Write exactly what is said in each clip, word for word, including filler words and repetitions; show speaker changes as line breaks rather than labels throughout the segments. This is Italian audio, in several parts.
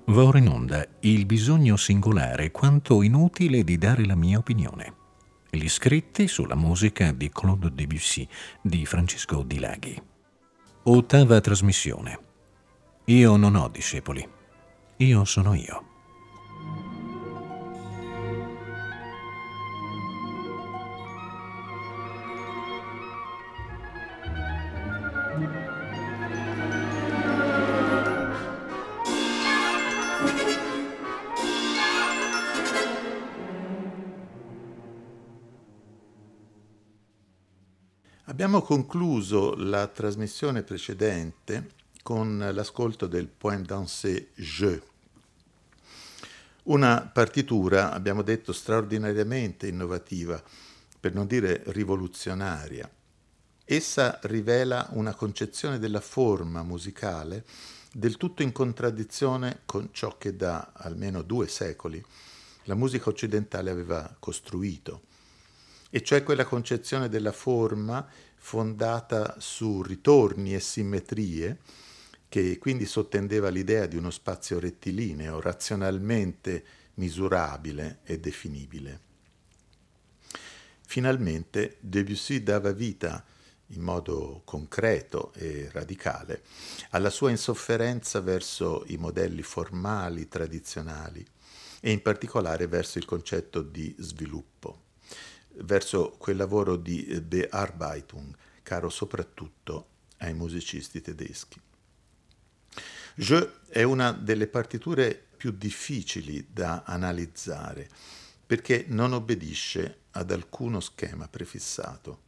Va ora in onda il bisogno singolare quanto inutile di dare la mia opinione. Gli scritti sulla musica di Claude Debussy di Francesco Di Laghi. Ottava trasmissione. Io non ho discepoli. Io sono io.
Abbiamo concluso la trasmissione precedente con l'ascolto del Point dansé Jeu, una partitura, abbiamo detto, straordinariamente innovativa, per non dire rivoluzionaria. Essa rivela una concezione della forma musicale del tutto in contraddizione con ciò che da almeno due secoli la musica occidentale aveva costruito, e cioè quella concezione della forma fondata su ritorni e simmetrie, che quindi sottendeva l'idea di uno spazio rettilineo, razionalmente misurabile e definibile. Finalmente Debussy dava vita in modo concreto e radicale alla sua insofferenza verso i modelli formali tradizionali e in particolare verso il concetto di sviluppo, verso quel lavoro di Bearbeitung, caro soprattutto ai musicisti tedeschi. Jeu è una delle partiture più difficili da analizzare perché non obbedisce ad alcuno schema prefissato.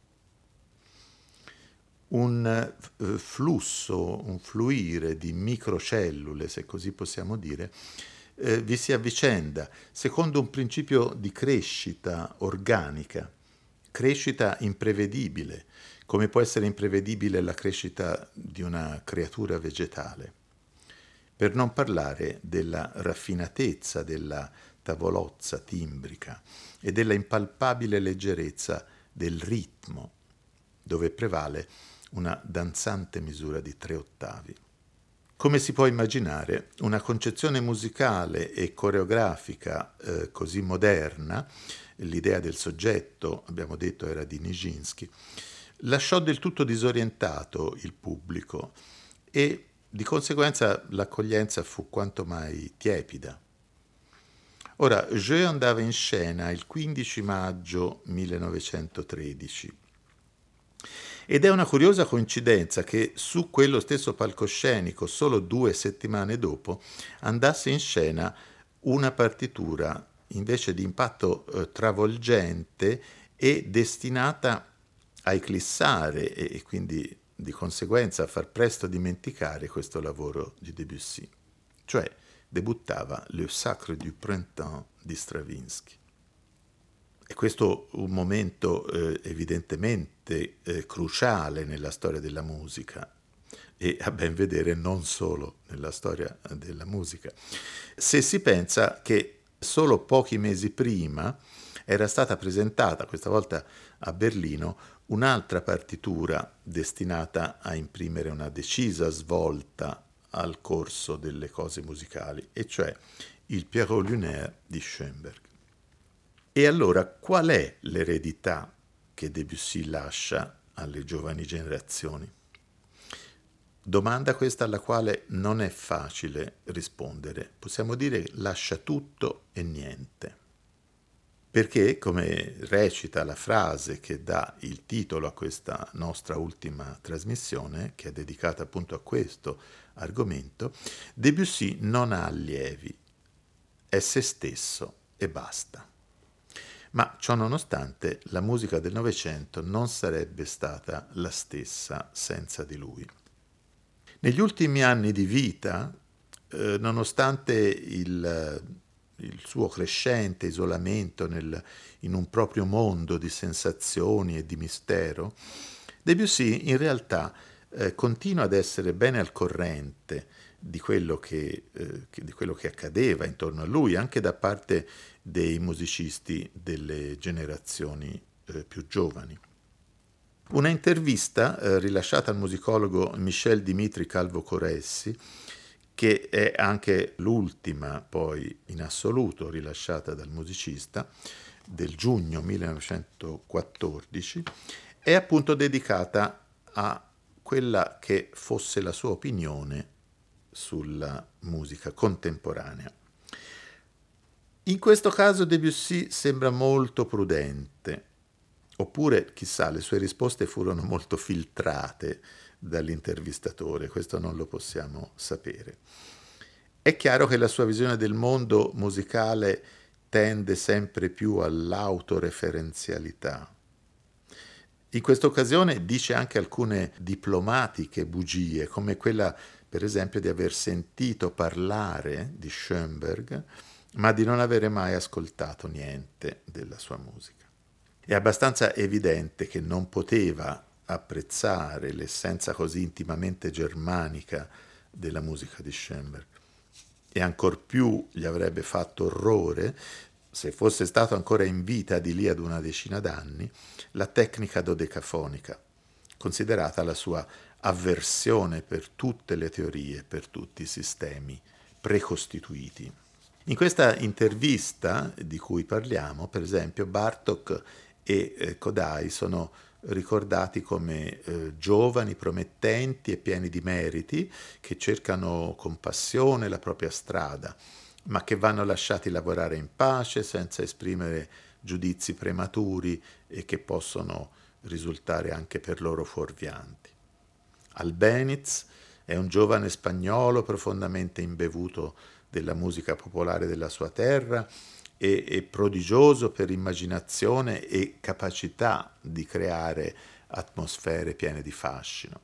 Un flusso, un fluire di microcellule, se così possiamo dire, eh, vi si avvicenda secondo un principio di crescita organica, crescita imprevedibile, come può essere imprevedibile la crescita di una creatura vegetale. Per non parlare della raffinatezza della tavolozza timbrica e della impalpabile leggerezza del ritmo, dove prevale una danzante misura di tre ottavi. Come si può immaginare, una concezione musicale e coreografica eh, così moderna, l'idea del soggetto, abbiamo detto, era di Nijinsky, lasciò del tutto disorientato il pubblico e di conseguenza l'accoglienza fu quanto mai tiepida. Ora, Jeu andava in scena il quindici maggio millenovecentotredici ed è una curiosa coincidenza che su quello stesso palcoscenico, solo due settimane dopo, andasse in scena una partitura invece di impatto eh, travolgente e destinata a eclissare e, e quindi di conseguenza a far presto dimenticare questo lavoro di Debussy. Cioè debuttava Le Sacre du Printemps di Stravinsky. E questo è un momento eh, evidentemente eh, cruciale nella storia della musica e a ben vedere non solo nella storia della musica. Se si pensa che solo pochi mesi prima era stata presentata, questa volta a Berlino, un'altra partitura destinata a imprimere una decisa svolta al corso delle cose musicali, e cioè il Pierrot Lunaire di Schoenberg. E allora qual è l'eredità che Debussy lascia alle giovani generazioni? Domanda questa alla quale non è facile rispondere. Possiamo dire lascia tutto e niente. Perché, come recita la frase che dà il titolo a questa nostra ultima trasmissione, che è dedicata appunto a questo argomento, Debussy non ha allievi, è se stesso e basta. Ma ciò nonostante, la musica del Novecento non sarebbe stata la stessa senza di lui. Negli ultimi anni di vita, eh, nonostante il, il suo crescente isolamento nel, in un proprio mondo di sensazioni e di mistero, Debussy in realtà eh, continua ad essere bene al corrente di quello che, eh, di quello che accadeva intorno a lui, anche da parte dei musicisti delle generazioni eh, più giovani. Una intervista eh, rilasciata al musicologo Michel Dimitri Calvo Coressi, che è anche l'ultima poi in assoluto rilasciata dal musicista, del giugno millenovecentoquattordici, è appunto dedicata a quella che fosse la sua opinione sulla musica contemporanea. In questo caso Debussy sembra molto prudente, oppure, chissà, le sue risposte furono molto filtrate dall'intervistatore, questo non lo possiamo sapere. È chiaro che la sua visione del mondo musicale tende sempre più all'autoreferenzialità. In questa occasione dice anche alcune diplomatiche bugie, come quella, per esempio, di aver sentito parlare di Schoenberg, ma di non avere mai ascoltato niente della sua musica. È abbastanza evidente che non poteva apprezzare l'essenza così intimamente germanica della musica di Schoenberg, e ancor più gli avrebbe fatto orrore, se fosse stato ancora in vita di lì ad una decina d'anni, la tecnica dodecafonica, considerata la sua avversione per tutte le teorie, per tutti i sistemi precostituiti. In questa intervista di cui parliamo, per esempio, Bartók e eh, Kodály sono ricordati come eh, giovani, promettenti e pieni di meriti, che cercano con passione la propria strada, ma che vanno lasciati lavorare in pace senza esprimere giudizi prematuri e che possono risultare anche per loro fuorvianti. Albéniz è un giovane spagnolo profondamente imbevuto della musica popolare della sua terra e, e prodigioso per immaginazione e capacità di creare atmosfere piene di fascino.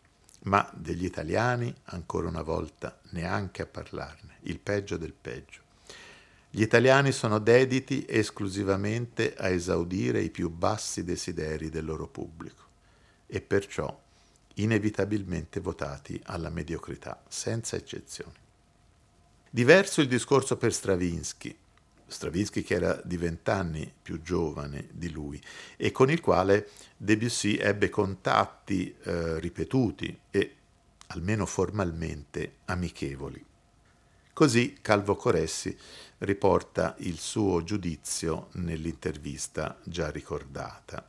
Ma degli italiani, ancora una volta, neanche a parlarne, il peggio del peggio. Gli italiani sono dediti esclusivamente a esaudire i più bassi desideri del loro pubblico e perciò inevitabilmente votati alla mediocrità, senza eccezioni. Diverso il discorso per Stravinsky, Stravinsky che era di vent'anni più giovane di lui e con il quale Debussy ebbe contatti eh, ripetuti e, almeno formalmente, amichevoli. Così Calvo Coressi riporta il suo giudizio nell'intervista già ricordata.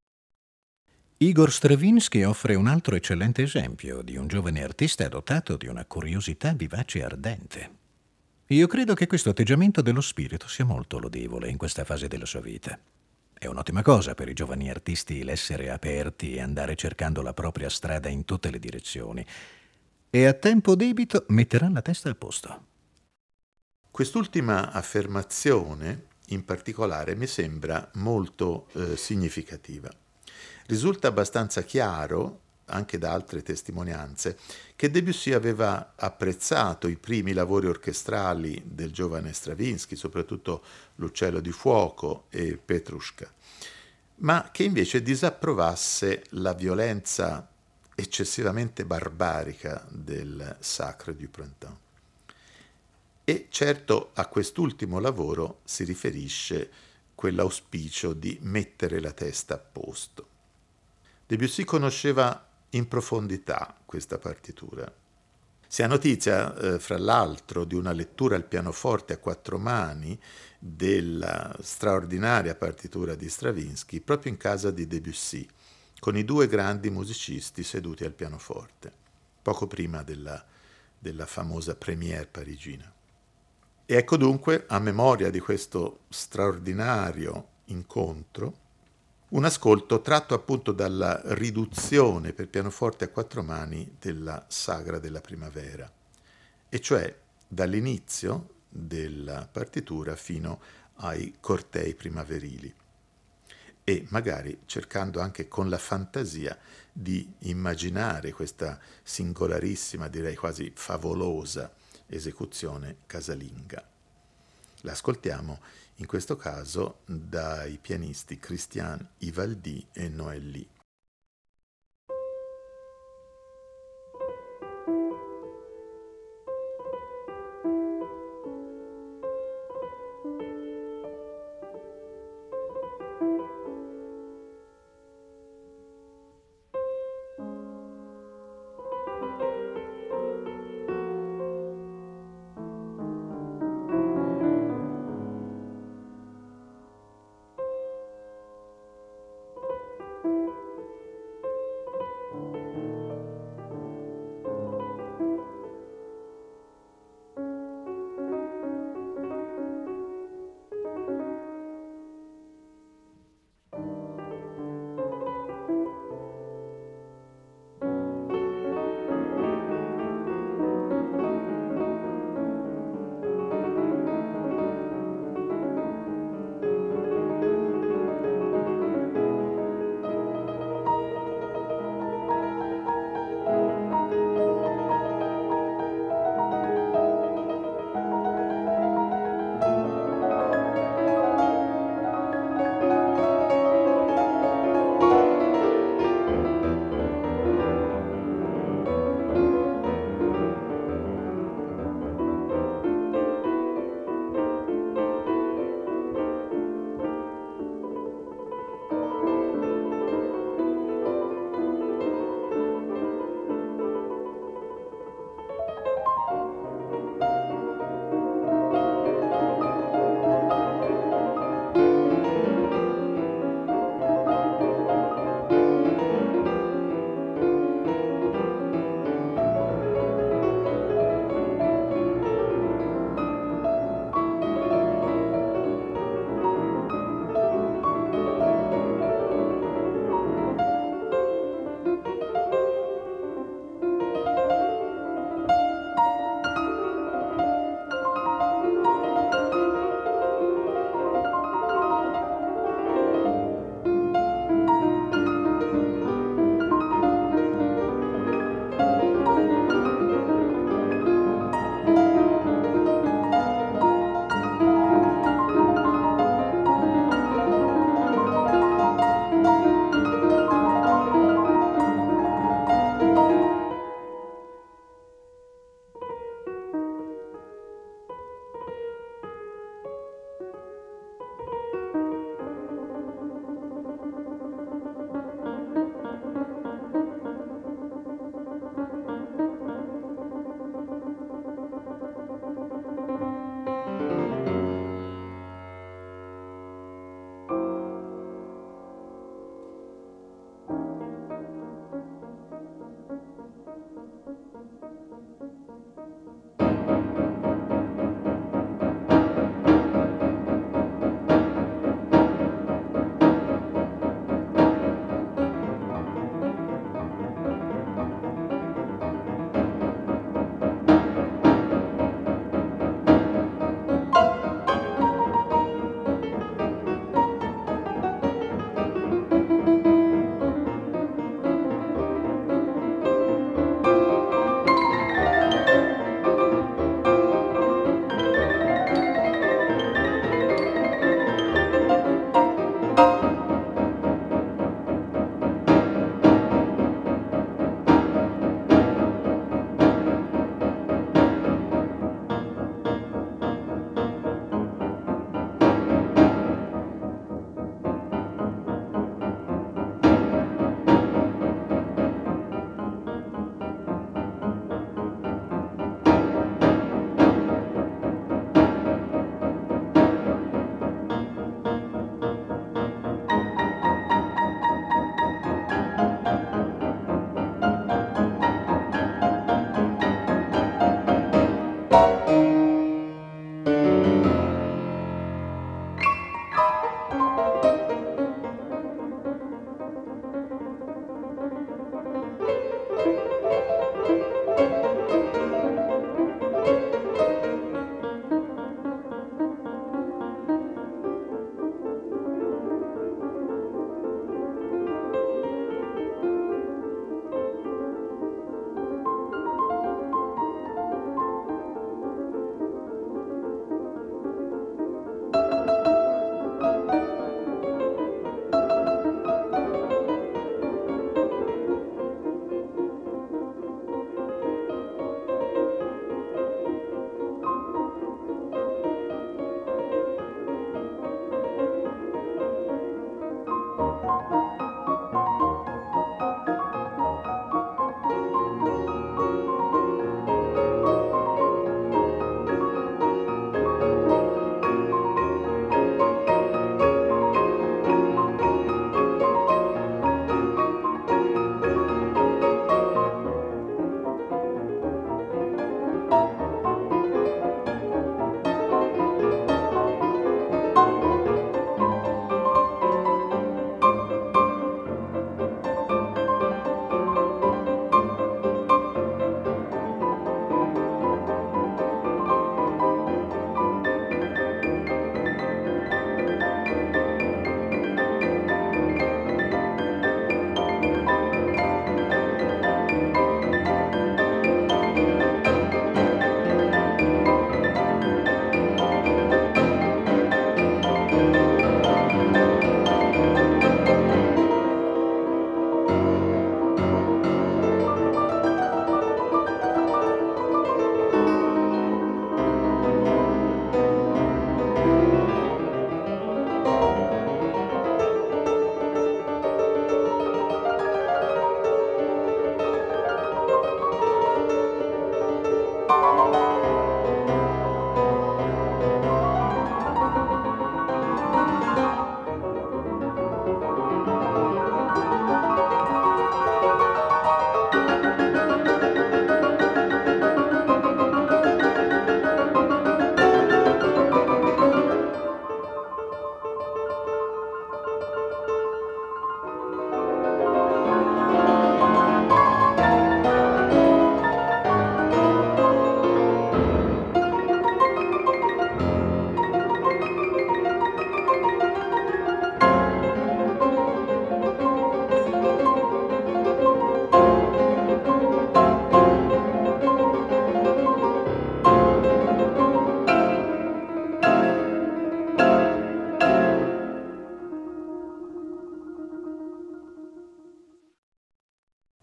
Igor Stravinsky offre un altro eccellente esempio di un giovane artista dotato di una curiosità vivace e ardente. Io credo che questo atteggiamento dello spirito sia molto lodevole in questa fase della sua vita. È un'ottima cosa per i giovani artisti l'essere aperti e andare cercando la propria strada in tutte le direzioni. E a tempo debito metterà la testa al posto.
Quest'ultima affermazione, in particolare, mi sembra molto eh, significativa. Risulta abbastanza chiaro, anche da altre testimonianze, che Debussy aveva apprezzato i primi lavori orchestrali del giovane Stravinsky, soprattutto L'Uccello di Fuoco e Petrushka, ma che invece disapprovasse la violenza eccessivamente barbarica del Sacre du Printemps. E certo a quest'ultimo lavoro si riferisce quell'auspicio di mettere la testa a posto. Debussy conosceva in profondità questa partitura. Si ha notizia, eh, fra l'altro, di una lettura al pianoforte a quattro mani della straordinaria partitura di Stravinsky proprio in casa di Debussy, con i due grandi musicisti seduti al pianoforte, poco prima della, della famosa première parigina. E ecco dunque, a memoria di questo straordinario incontro, un ascolto tratto appunto dalla riduzione per pianoforte a quattro mani della Sagra della Primavera, e cioè dall'inizio della partitura fino ai cortei primaverili, e magari cercando anche con la fantasia di immaginare questa singolarissima, direi quasi favolosa, esecuzione casalinga. L'ascoltiamo in questo caso dai pianisti Christian Ivaldi e Noël Lee.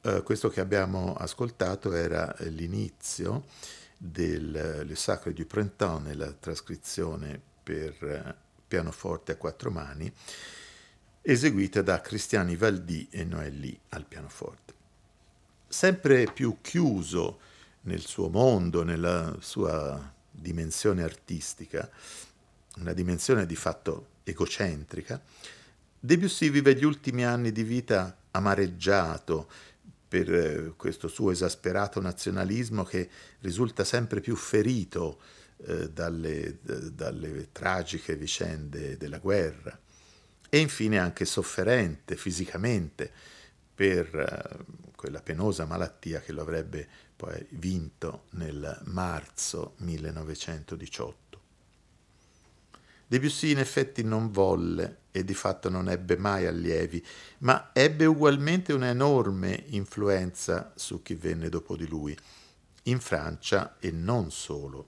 Eh, questo che abbiamo ascoltato era l'inizio del Le Sacre du Printemps nella trascrizione per eh, pianoforte a quattro mani, eseguita da Cristiani Valdì e Noëlly al pianoforte. Sempre più chiuso nel suo mondo, nella sua dimensione artistica, una dimensione di fatto egocentrica, Debussy vive gli ultimi anni di vita amareggiato per eh, questo suo esasperato nazionalismo che risulta sempre più ferito eh, dalle, d- dalle tragiche vicende della guerra e infine anche sofferente fisicamente per eh, quella penosa malattia che lo avrebbe poi vinto nel marzo millenovecentodiciotto. Debussy in effetti non volle e di fatto non ebbe mai allievi, ma ebbe ugualmente un'enorme influenza su chi venne dopo di lui, in Francia e non solo.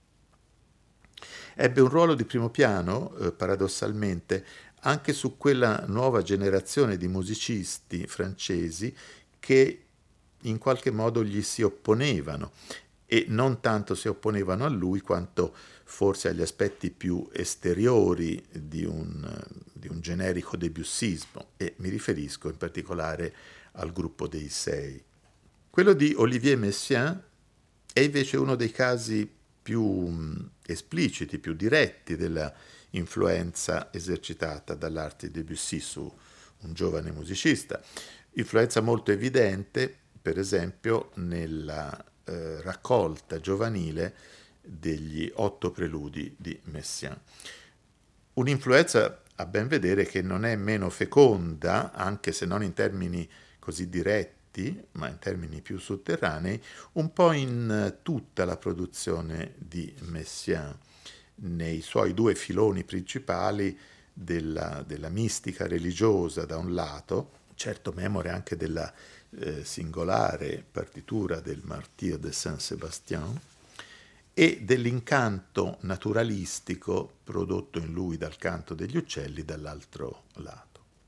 Ebbe un ruolo di primo piano, eh, paradossalmente, anche su quella nuova generazione di musicisti francesi che in qualche modo gli si opponevano e non tanto si opponevano a lui quanto forse agli aspetti più esteriori di un, di un generico debussismo, e mi riferisco in particolare al gruppo dei Sei. Quello di Olivier Messiaen è invece uno dei casi più mh, espliciti, più diretti della influenza esercitata dall'arte di Debussy su un giovane musicista. Influenza molto evidente, per esempio, nella eh, raccolta giovanile degli otto preludi di Messiaen. Un'influenza a ben vedere che non è meno feconda, anche se non in termini così diretti, ma in termini più sotterranei, un po' in tutta la produzione di Messiaen, nei suoi due filoni principali della, della mistica religiosa da un lato, certo memore anche della eh, singolare partitura del Martyr de Saint-Sébastien, e dell'incanto naturalistico prodotto in lui dal canto degli uccelli dall'altro lato.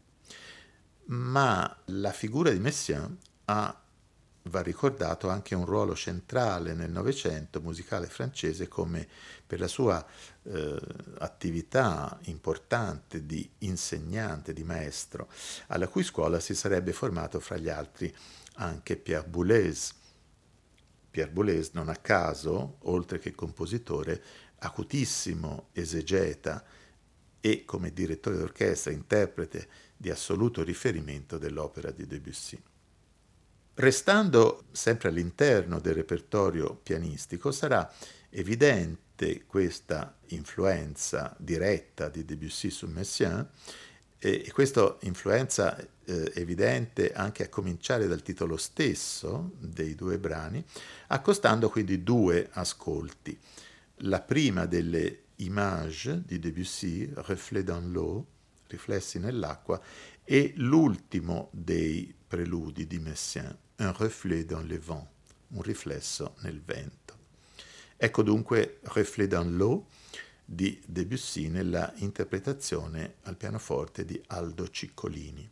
Ma la figura di Messiaen ha, va ricordato, anche un ruolo centrale nel Novecento musicale francese, come per la sua eh, attività importante di insegnante, di maestro, alla cui scuola si sarebbe formato fra gli altri anche Pierre Boulez. Pierre Boulez, non a caso, oltre che compositore, acutissimo esegeta e, come direttore d'orchestra, interprete di assoluto riferimento dell'opera di Debussy. Restando sempre all'interno del repertorio pianistico, sarà evidente questa influenza diretta di Debussy su Messiaen, e questa influenza eh, evidente anche a cominciare dal titolo stesso dei due brani, accostando quindi due ascolti. La prima delle Images di Debussy, Reflets dans l'eau, riflessi nell'acqua, e l'ultimo dei preludi di Messiaen, Un reflet dans le vent, un riflesso nel vento. Ecco dunque Reflets dans l'eau di Debussy nella interpretazione al pianoforte di Aldo Ciccolini.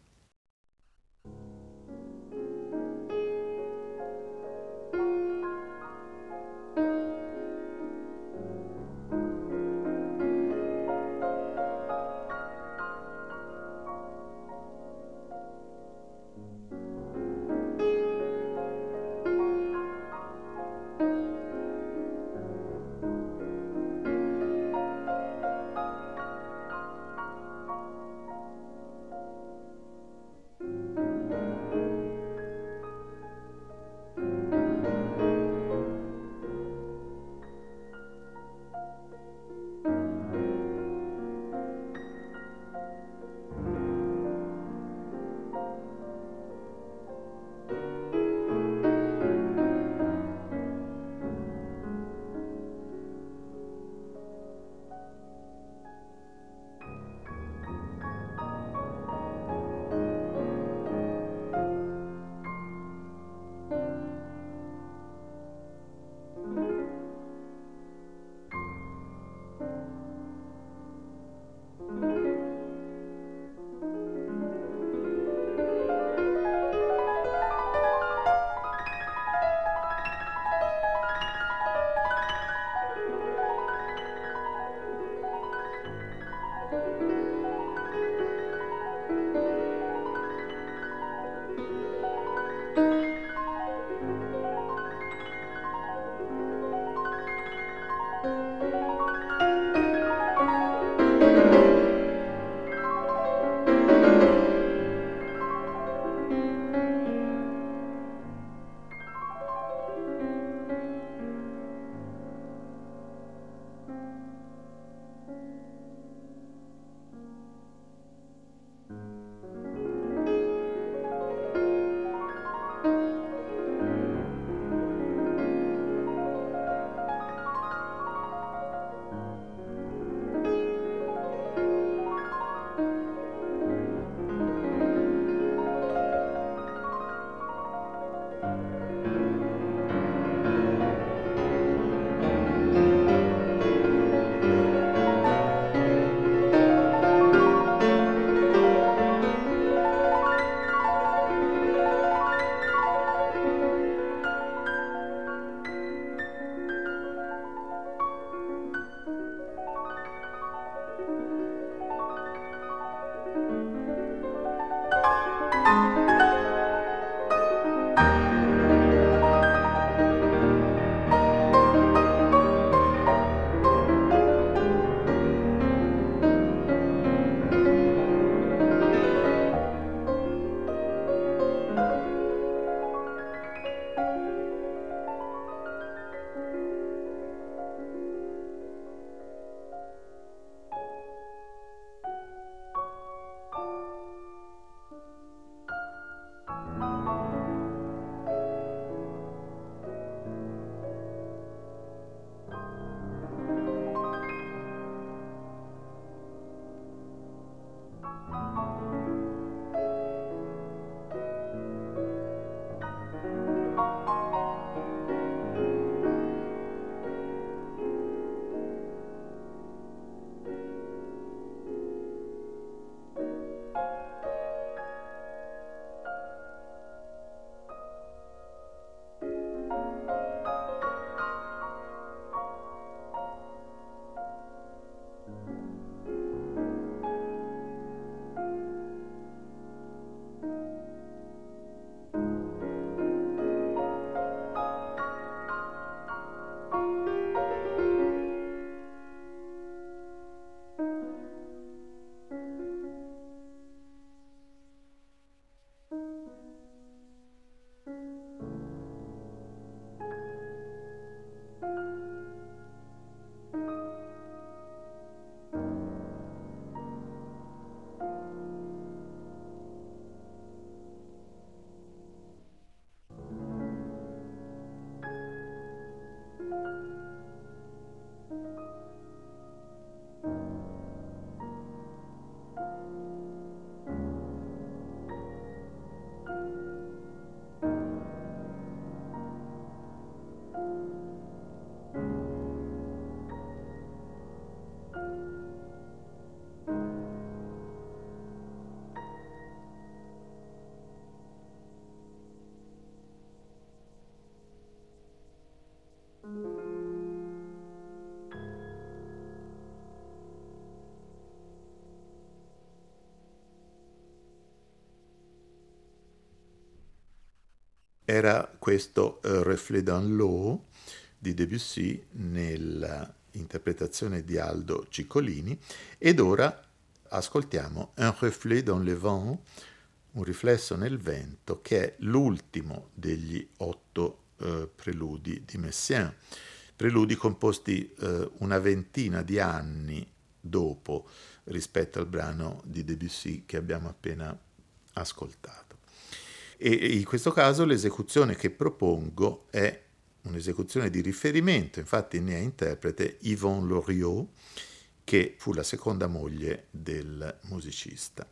era questo uh, Reflet dans l'eau di Debussy nell'interpretazione di Aldo Ciccolini, ed ora ascoltiamo Un reflet dans le vent, un riflesso nel vento, che è l'ultimo degli otto uh, preludi di Messiaen, preludi composti uh, una ventina di anni dopo rispetto al brano di Debussy che abbiamo appena ascoltato. E in questo caso l'esecuzione che propongo è un'esecuzione di riferimento, infatti ne è interprete Yvonne Loriot, che fu la seconda moglie del musicista.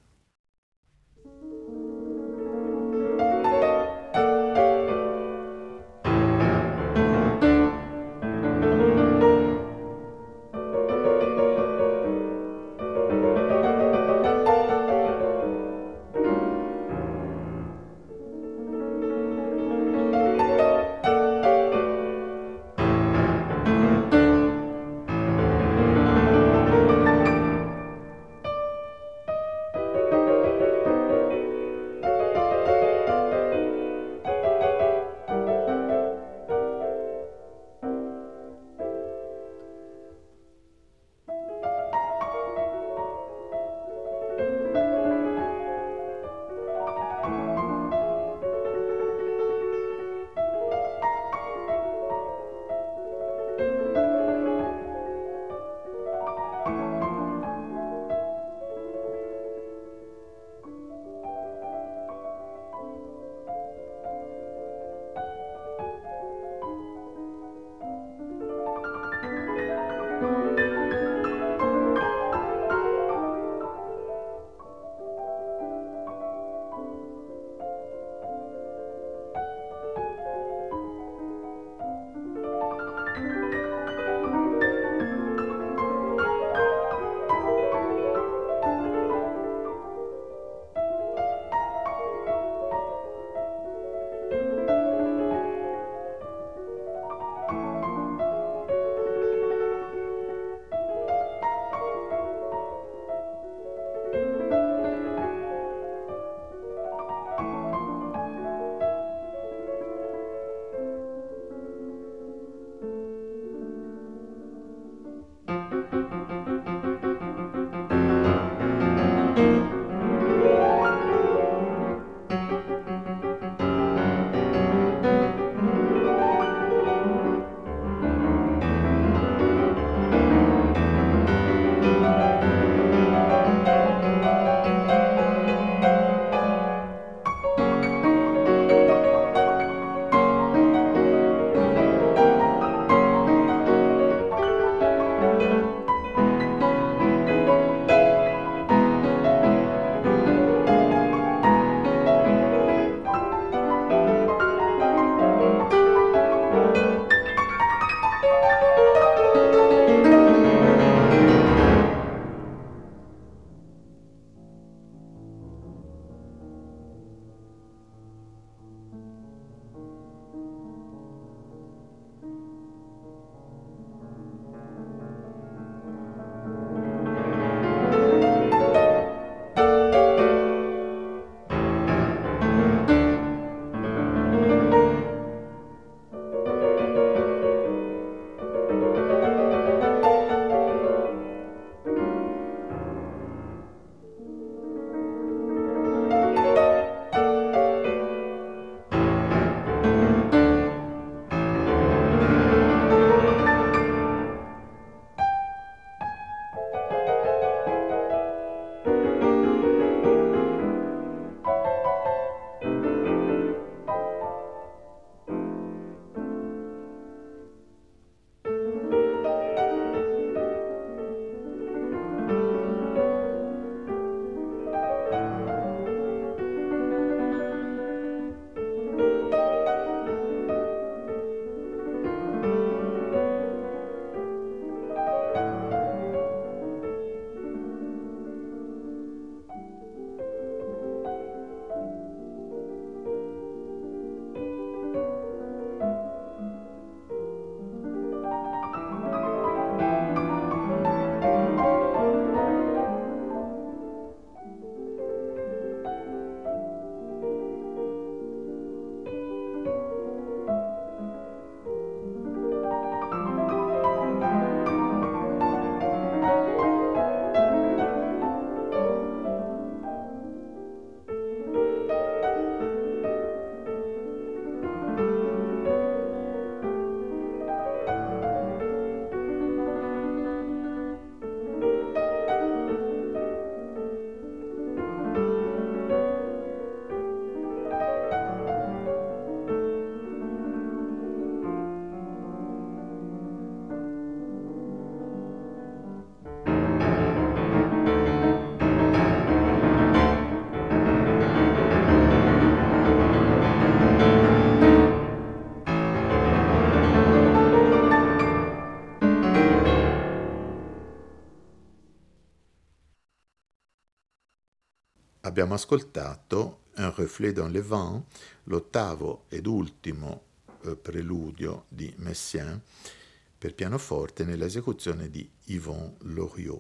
abbiamo ascoltato Un reflet dans le vent, l'ottavo ed ultimo eh, preludio di Messiaen per pianoforte nell'esecuzione di Yvon Loriot.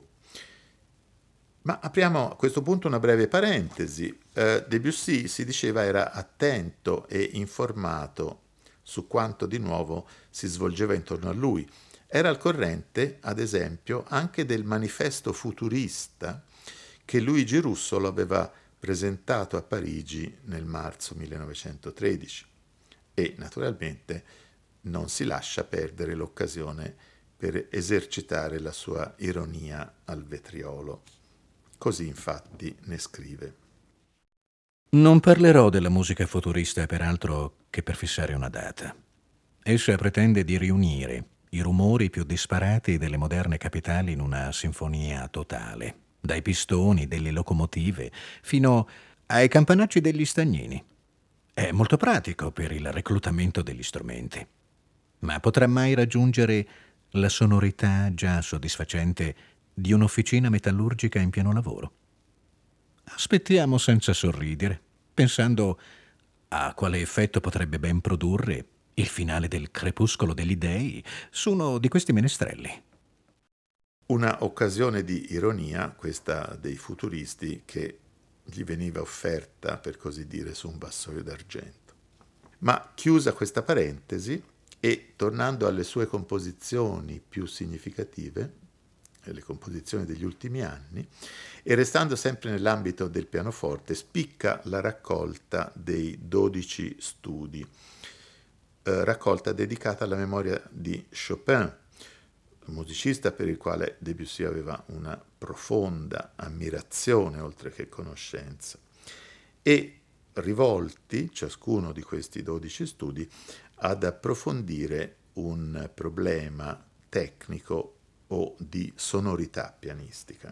Ma apriamo a questo punto una breve parentesi. Eh, Debussy, si diceva, era attento e informato su quanto di nuovo si svolgeva intorno a lui. Era al corrente, ad esempio, anche del manifesto futurista che Luigi Russolo aveva presentato a Parigi nel marzo millenovecentotredici e naturalmente non si lascia perdere l'occasione per esercitare la sua ironia al vetriolo. Così infatti ne scrive.
Non parlerò della musica futurista peraltro che per fissare una data. Essa pretende di riunire i rumori più disparati delle moderne capitali in una sinfonia totale, dai pistoni delle locomotive fino ai campanacci degli stagnini. È molto pratico per il reclutamento degli strumenti, ma potrà mai raggiungere la sonorità già soddisfacente di un'officina metallurgica in pieno lavoro? Aspettiamo senza sorridere, pensando a quale effetto potrebbe ben produrre il finale del Crepuscolo degli Dei su uno di questi menestrelli.
Una occasione di ironia, questa dei futuristi, che gli veniva offerta, per così dire, su un vassoio d'argento. Ma chiusa questa parentesi e tornando alle sue composizioni più significative, le composizioni degli ultimi anni, e restando sempre nell'ambito del pianoforte, spicca la raccolta dei dodici studi, eh, raccolta dedicata alla memoria di Chopin, musicista per il quale Debussy aveva una profonda ammirazione oltre che conoscenza, e rivolti, ciascuno di questi dodici studi, ad approfondire un problema tecnico o di sonorità pianistica.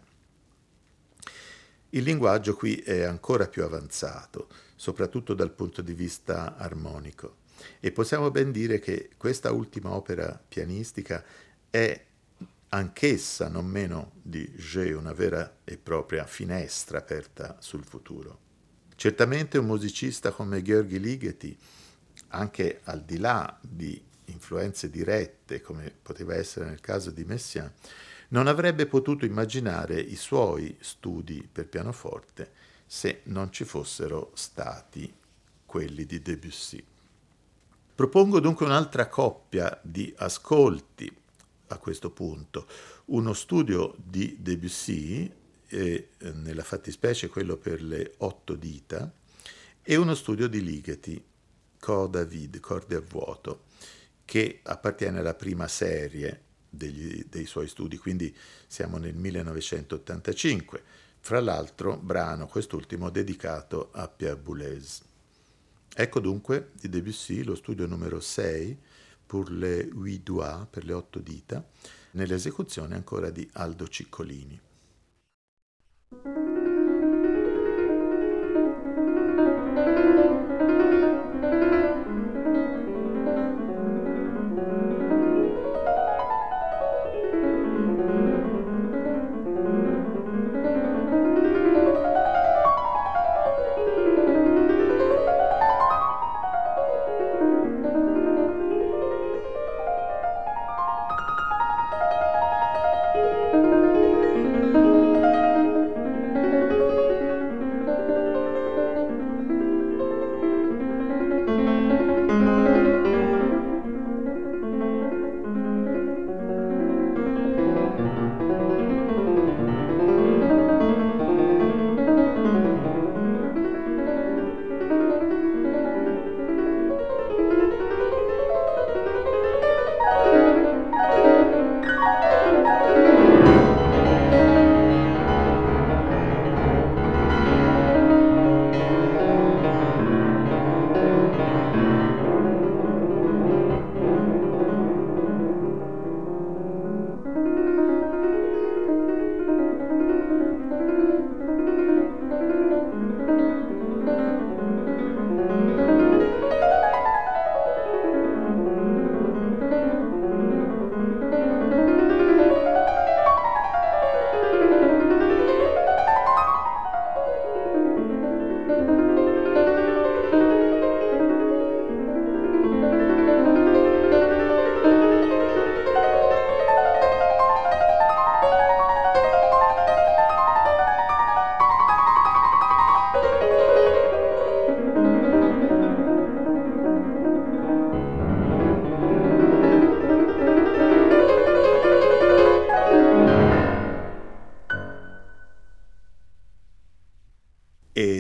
Il linguaggio qui è ancora più avanzato, soprattutto dal punto di vista armonico, e possiamo ben dire che questa ultima opera pianistica è anch'essa, non meno di Gé, una vera e propria finestra aperta sul futuro. Certamente un musicista come György Ligeti, anche al di là di influenze dirette, come poteva essere nel caso di Messiaen, non avrebbe potuto immaginare i suoi studi per pianoforte se non ci fossero stati quelli di Debussy. Propongo dunque un'altra coppia di ascolti a questo punto, uno studio di Debussy, e, eh, nella fattispecie quello per le otto dita, e uno studio di Ligeti, Corde à vide, corde a vuoto, che appartiene alla prima serie degli, dei suoi studi, quindi siamo nel millenovecentottantacinque. Fra l'altro, brano quest'ultimo dedicato a Pierre Boulez. Ecco dunque di Debussy lo studio numero sei, Pour les huit doigts, per le otto dita, nell'esecuzione ancora di Aldo Ciccolini.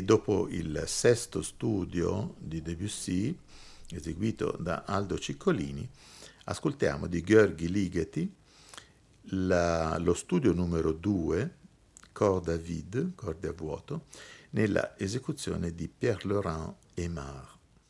quindi dopo il sesto studio di Debussy, eseguito da Aldo Ciccolini, ascoltiamo di György Ligeti la, lo studio numero due, Corde à vide, corde a vuoto, nella esecuzione di Pierre-Laurent Aimard.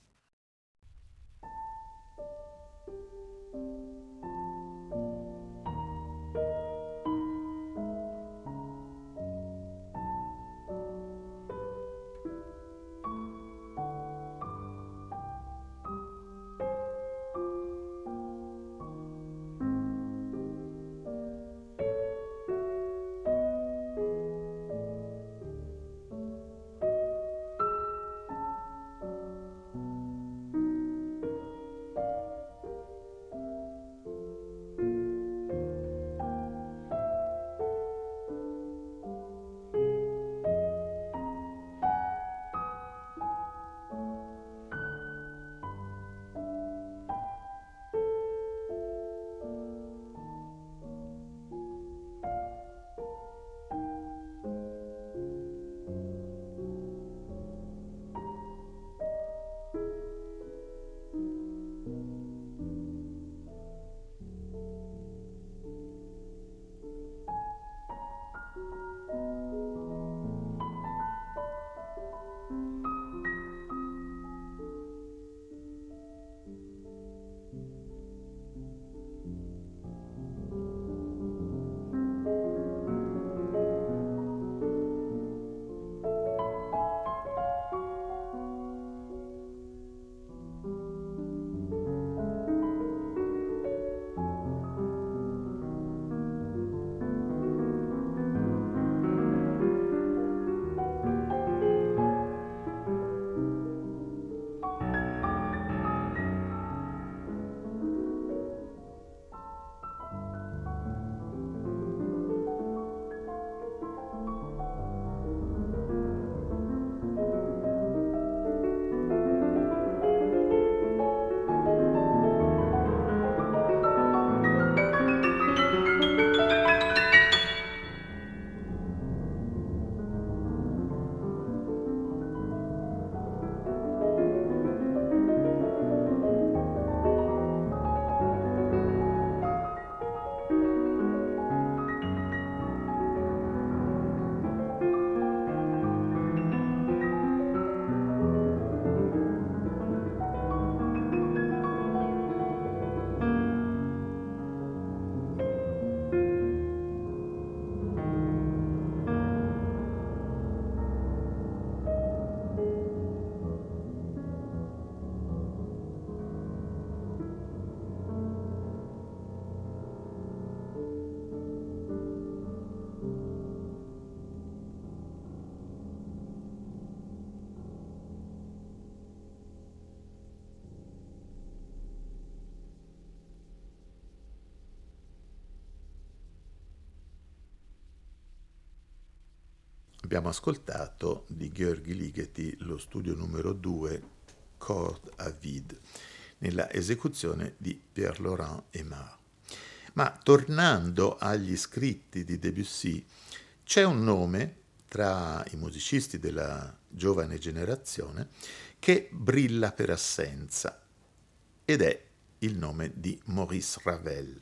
Abbiamo ascoltato di György Ligeti lo studio numero due, Corde à vide, nella esecuzione di Pierre-Laurent Aimard. Ma tornando agli scritti di Debussy, c'è un nome tra i musicisti della giovane generazione che brilla per assenza, ed è il nome di Maurice Ravel.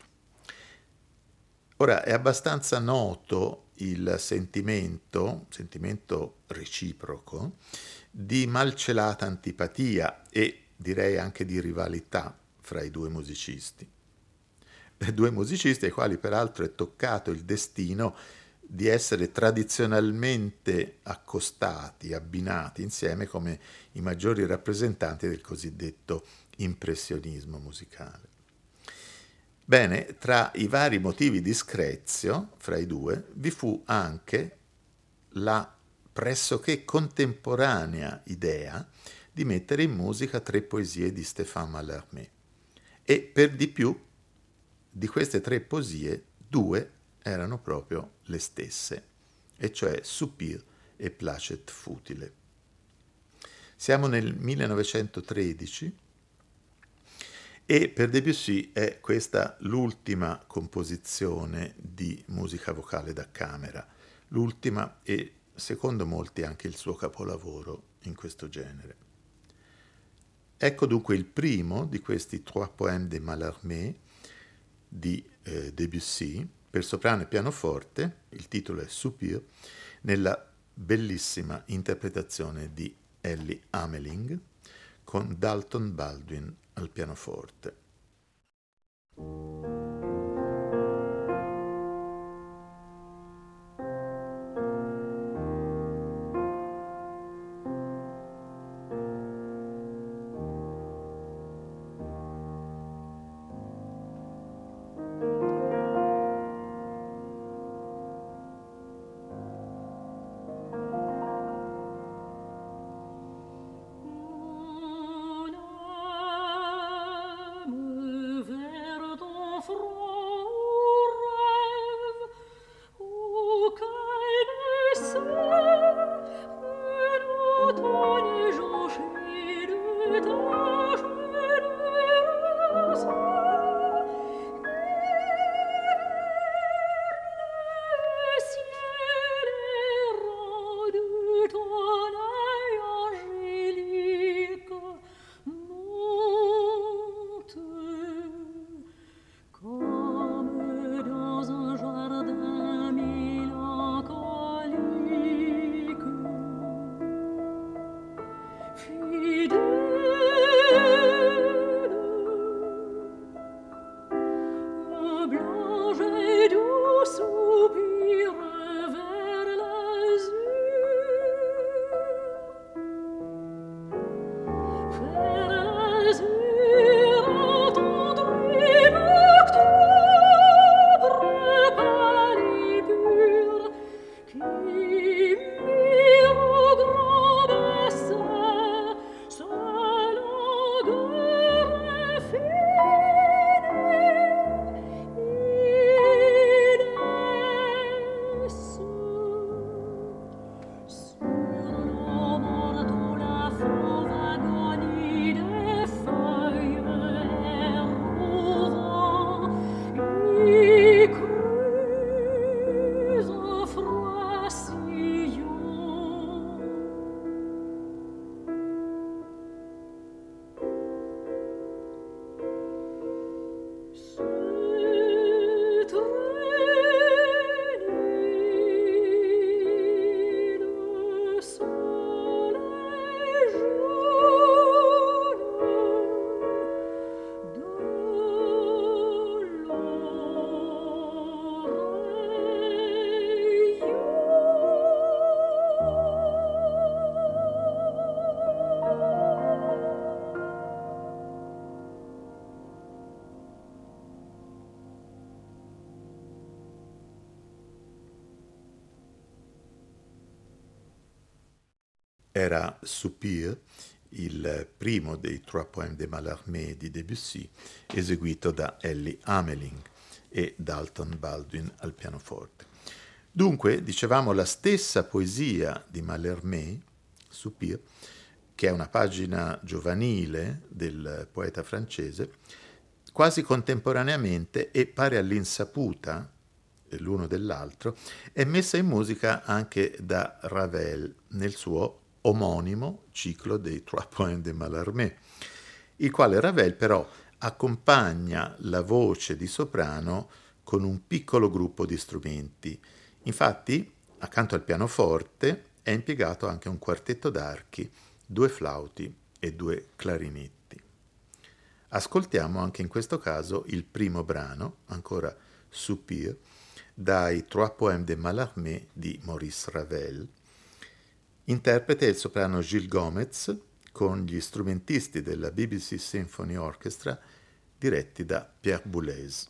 Ora, è abbastanza noto il sentimento, sentimento reciproco, di malcelata antipatia e direi anche di rivalità fra i due musicisti. Due musicisti ai quali peraltro è toccato il destino di essere tradizionalmente accostati, abbinati insieme come i maggiori rappresentanti del cosiddetto impressionismo musicale. Bene, tra i vari motivi di screzio fra i due vi fu anche la pressoché contemporanea idea di mettere in musica tre poesie di Stéphane Mallarmé. E per di più, di queste tre poesie, due erano proprio le stesse, e cioè Soupir e Placet futile. Siamo nel millenovecentotredici e per Debussy è questa l'ultima composizione di musica vocale da camera, l'ultima e secondo molti anche il suo capolavoro in questo genere. Ecco dunque il primo di questi Trois Poèmes de Mallarmé di eh, Debussy per soprano e pianoforte, il titolo è Soupir, nella bellissima interpretazione di Ellie Ameling con Dalton Baldwin al pianoforte. Era Soupir, il primo dei Trois Poèmes de Mallarmé di Debussy, eseguito da Ellie Ameling e Dalton Baldwin al pianoforte. Dunque, dicevamo, la stessa poesia di Mallarmé, Soupir, che è una pagina giovanile del poeta francese, quasi contemporaneamente e pare all'insaputa l'uno dell'altro, è messa in musica anche da Ravel nel suo omonimo ciclo dei Trois Poèmes de Mallarmé, il quale Ravel però accompagna la voce di soprano con un piccolo gruppo di strumenti. Infatti, accanto al pianoforte è impiegato anche un quartetto d'archi, due flauti e due clarinetti. Ascoltiamo anche in questo caso il primo brano, ancora Soupir, dai Trois Poèmes de Mallarmé di Maurice Ravel. Interprete il soprano Gilles Gomez con gli strumentisti della B B C Symphony Orchestra diretti da Pierre Boulez.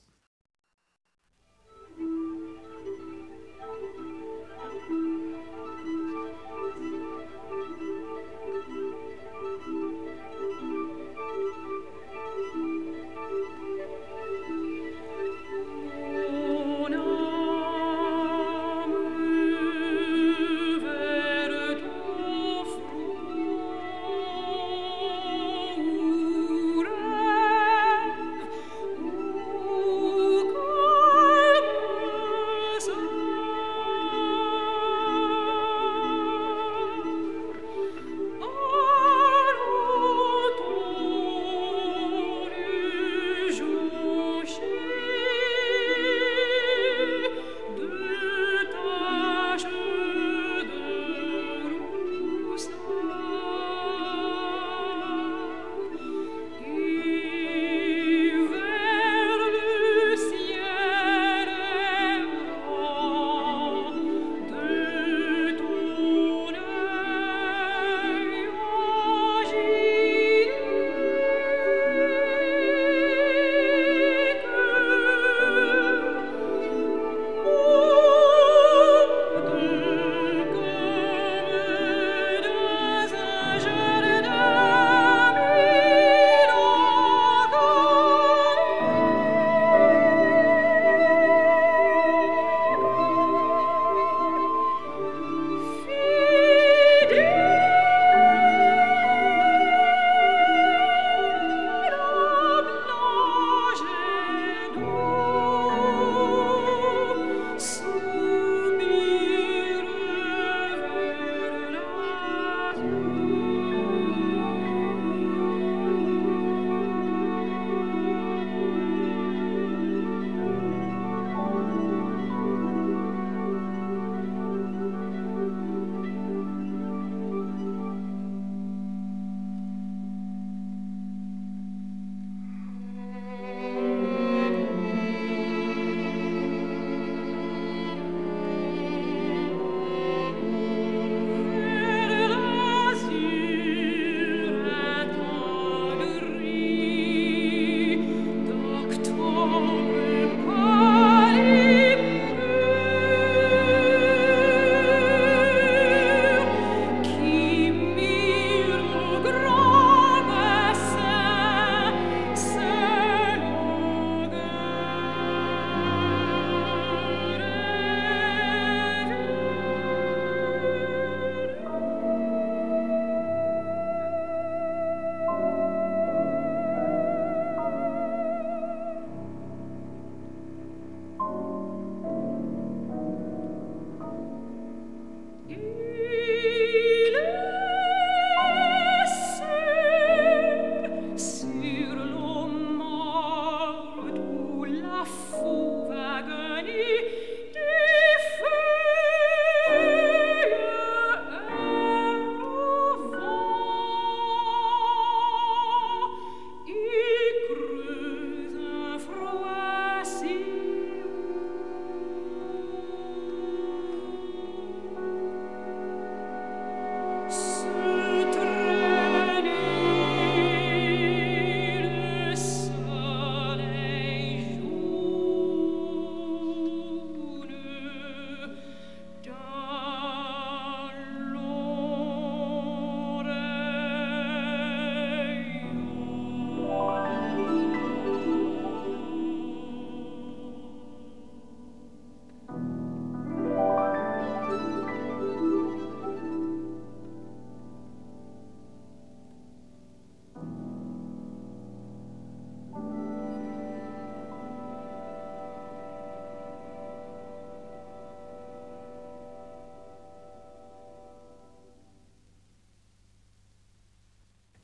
Ooh.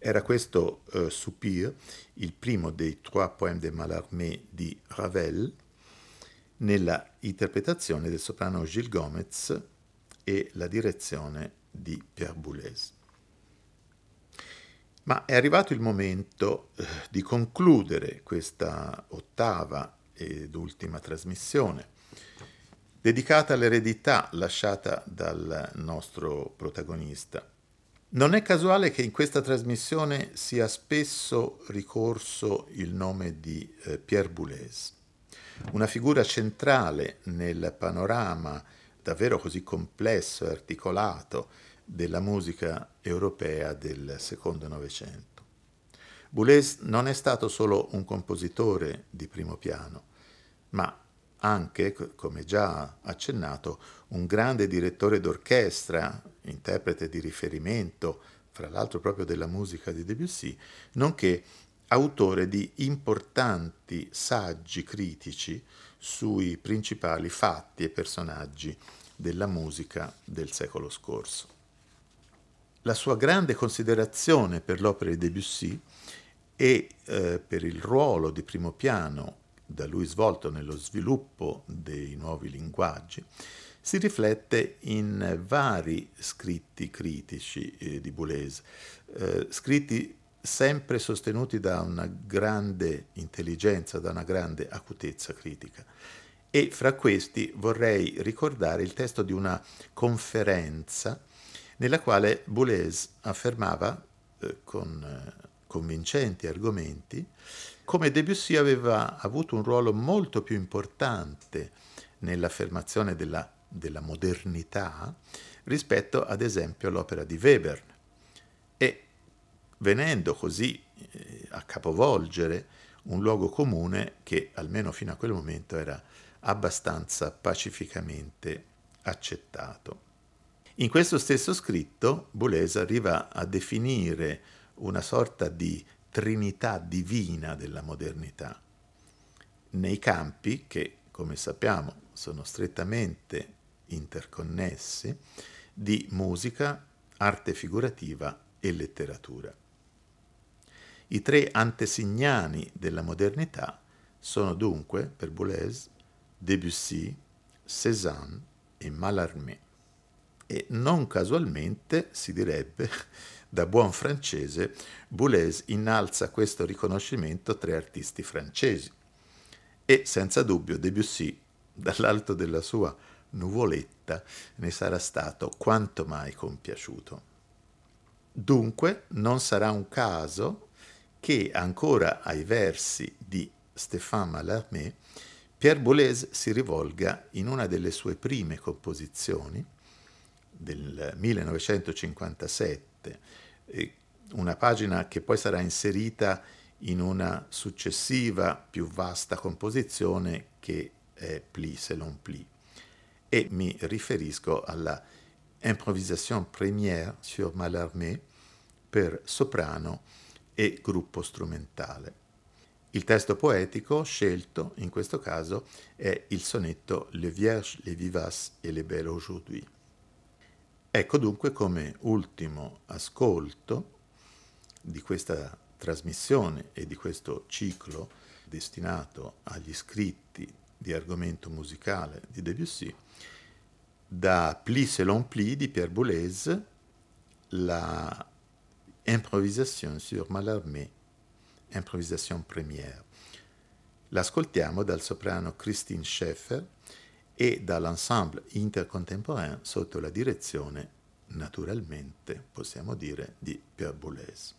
Era questo uh, Soupir, il primo dei Trois Poèmes de Mallarmé di Ravel, nella interpretazione del soprano Gilles Gomez e la direzione di Pierre Boulez. Ma è arrivato il momento uh, di concludere questa ottava ed ultima trasmissione, dedicata all'eredità lasciata dal nostro protagonista. Non è casuale che in questa trasmissione sia spesso ricorso il nome di eh, Pierre Boulez, una figura centrale nel panorama davvero così complesso e articolato della musica europea del secondo Novecento. Boulez non è stato solo un compositore di primo piano, ma anche, come già accennato, un grande direttore d'orchestra, interprete di riferimento, fra l'altro proprio della musica di Debussy, nonché autore di importanti saggi critici sui principali fatti e personaggi della musica del secolo scorso. La sua grande considerazione per l'opera di Debussy e eh, per il ruolo di primo piano da lui svolto nello sviluppo dei nuovi linguaggi, si riflette in vari scritti critici eh, di Boulez, eh, scritti sempre sostenuti da una grande intelligenza, da una grande acutezza critica. E fra questi vorrei ricordare il testo di una conferenza nella quale Boulez affermava eh, con eh, convincenti argomenti come Debussy aveva avuto un ruolo molto più importante nell'affermazione della, della modernità rispetto ad esempio all'opera di Webern, e venendo così eh, a capovolgere un luogo comune che almeno fino a quel momento era abbastanza pacificamente accettato. In questo stesso scritto Boulez arriva a definire una sorta di trinità divina della modernità, nei campi che, come sappiamo, sono strettamente interconnessi di musica, arte figurativa e letteratura. I tre antesignani della modernità sono dunque, per Boulez, Debussy, Cézanne e Mallarmé. E non casualmente, si direbbe, da buon francese, Boulez innalza questo riconoscimento a tre artisti francesi. E senza dubbio Debussy, dall'alto della sua nuvoletta, ne sarà stato quanto mai compiaciuto. Dunque non sarà un caso che ancora ai versi di Stéphane Mallarmé Pierre Boulez si rivolga in una delle sue prime composizioni del millenovecentocinquantasette, una pagina che poi sarà inserita in una successiva più vasta composizione che è Pli selon Pli, e mi riferisco alla Improvisation première sur Mallarmé per soprano e gruppo strumentale. Il testo poetico scelto in questo caso è il sonetto Les Vierges, les Vivaces et les Belles aujourd'hui. Ecco dunque come ultimo ascolto di questa trasmissione e di questo ciclo destinato agli scritti di argomento musicale di Debussy, da Pli selon Pli di Pierre Boulez, la Improvisation sur Mallarmé, Improvisation première. L'ascoltiamo dal soprano Christine Schaeffer e dall'ensemble intercontemporain sotto la direzione, naturalmente, possiamo dire, di Pierre Boulez.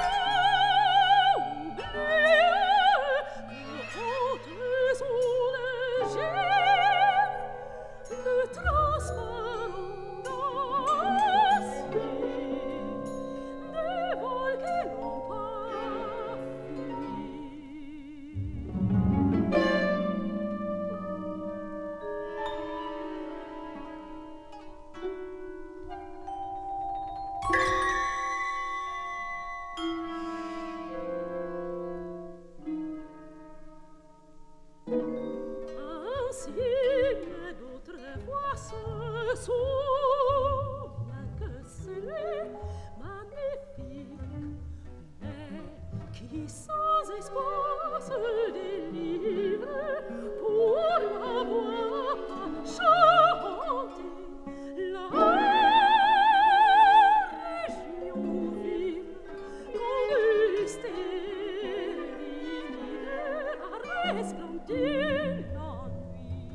Sous S'il d'autrefois se souvient que c'est magnifique, mais qui sans espoir se délivre pour avoir chanté la région vive qu'Auguste a resplendi la nuit.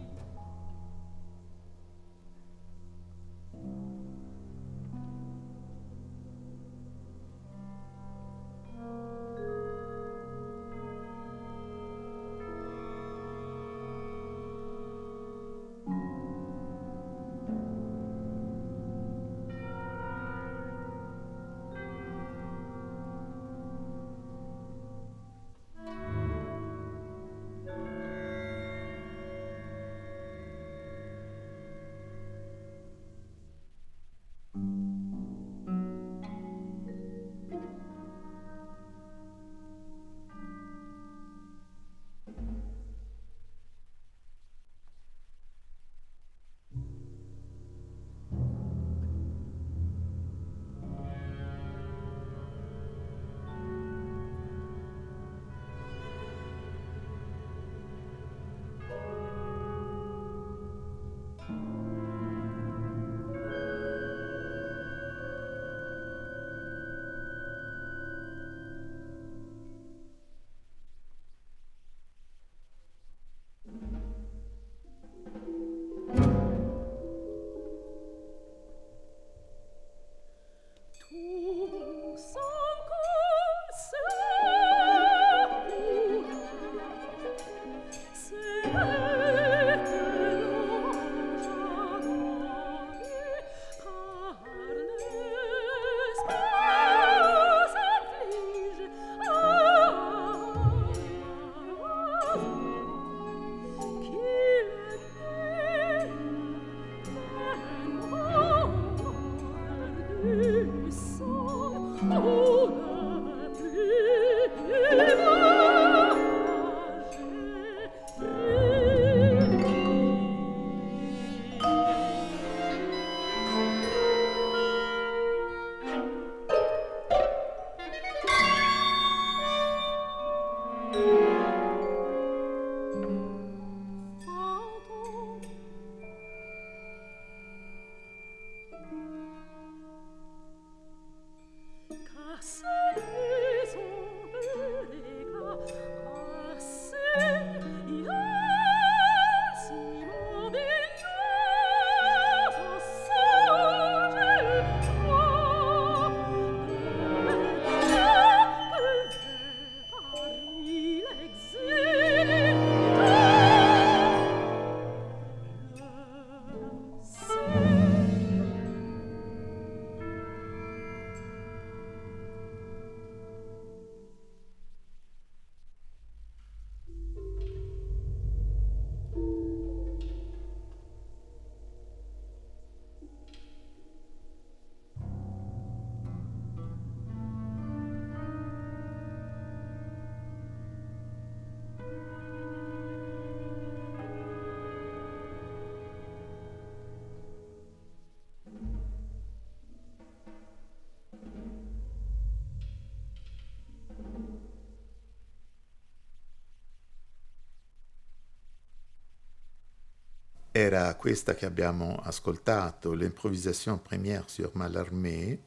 Era questa che abbiamo ascoltato, l'improvisation première sur Mallarmé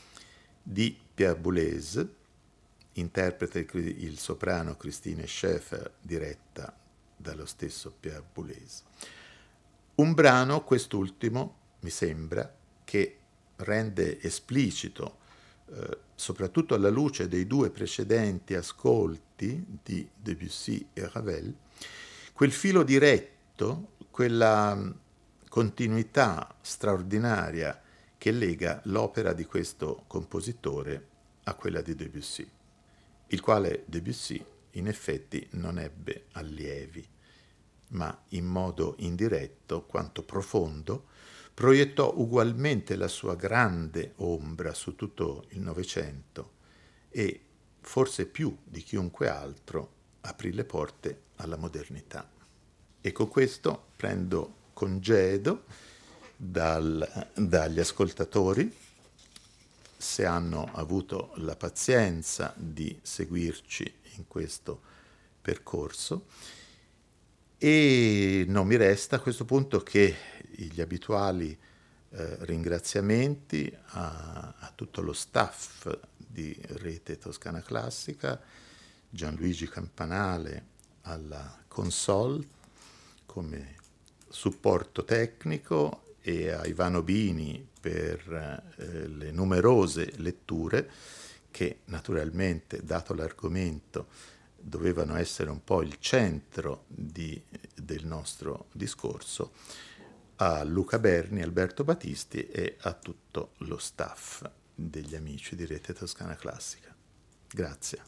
di Pierre Boulez, interpreta il soprano Christine Schaeffer, diretta dallo stesso Pierre Boulez. Un brano, quest'ultimo, mi sembra, che rende esplicito, eh, soprattutto alla luce dei due precedenti ascolti di Debussy e Ravel, quel filo diretto, quella continuità straordinaria che lega l'opera di questo compositore a quella di Debussy, il quale Debussy in effetti non ebbe allievi, ma in modo indiretto quanto profondo proiettò ugualmente la sua grande ombra su tutto il Novecento e, forse più di chiunque altro, aprì le porte alla modernità. E con questo prendo congedo dal, dagli ascoltatori, se hanno avuto la pazienza di seguirci in questo percorso, e non mi resta a questo punto che gli abituali eh, ringraziamenti a, a tutto lo staff di Rete Toscana Classica, Gianluigi Campanale alla console come supporto tecnico e a Ivano Bini per eh, le numerose letture che naturalmente, dato l'argomento, dovevano essere un po' il centro di, del nostro discorso, a Luca Berni, Alberto Battisti e a tutto lo staff degli amici di Rete Toscana Classica. Grazie.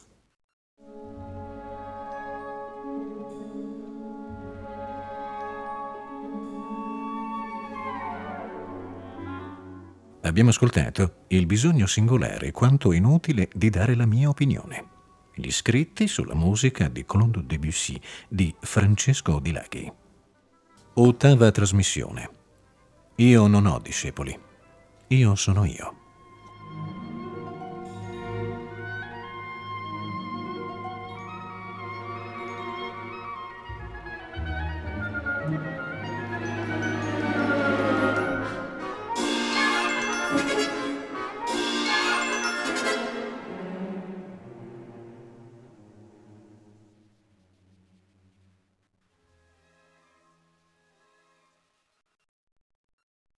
Abbiamo ascoltato Il bisogno singolare quanto inutile di dare la mia opinione. Gli scritti sulla musica di Claude Debussy di Francesco Di Laghi. Ottava trasmissione. Io non ho discepoli. Io sono io.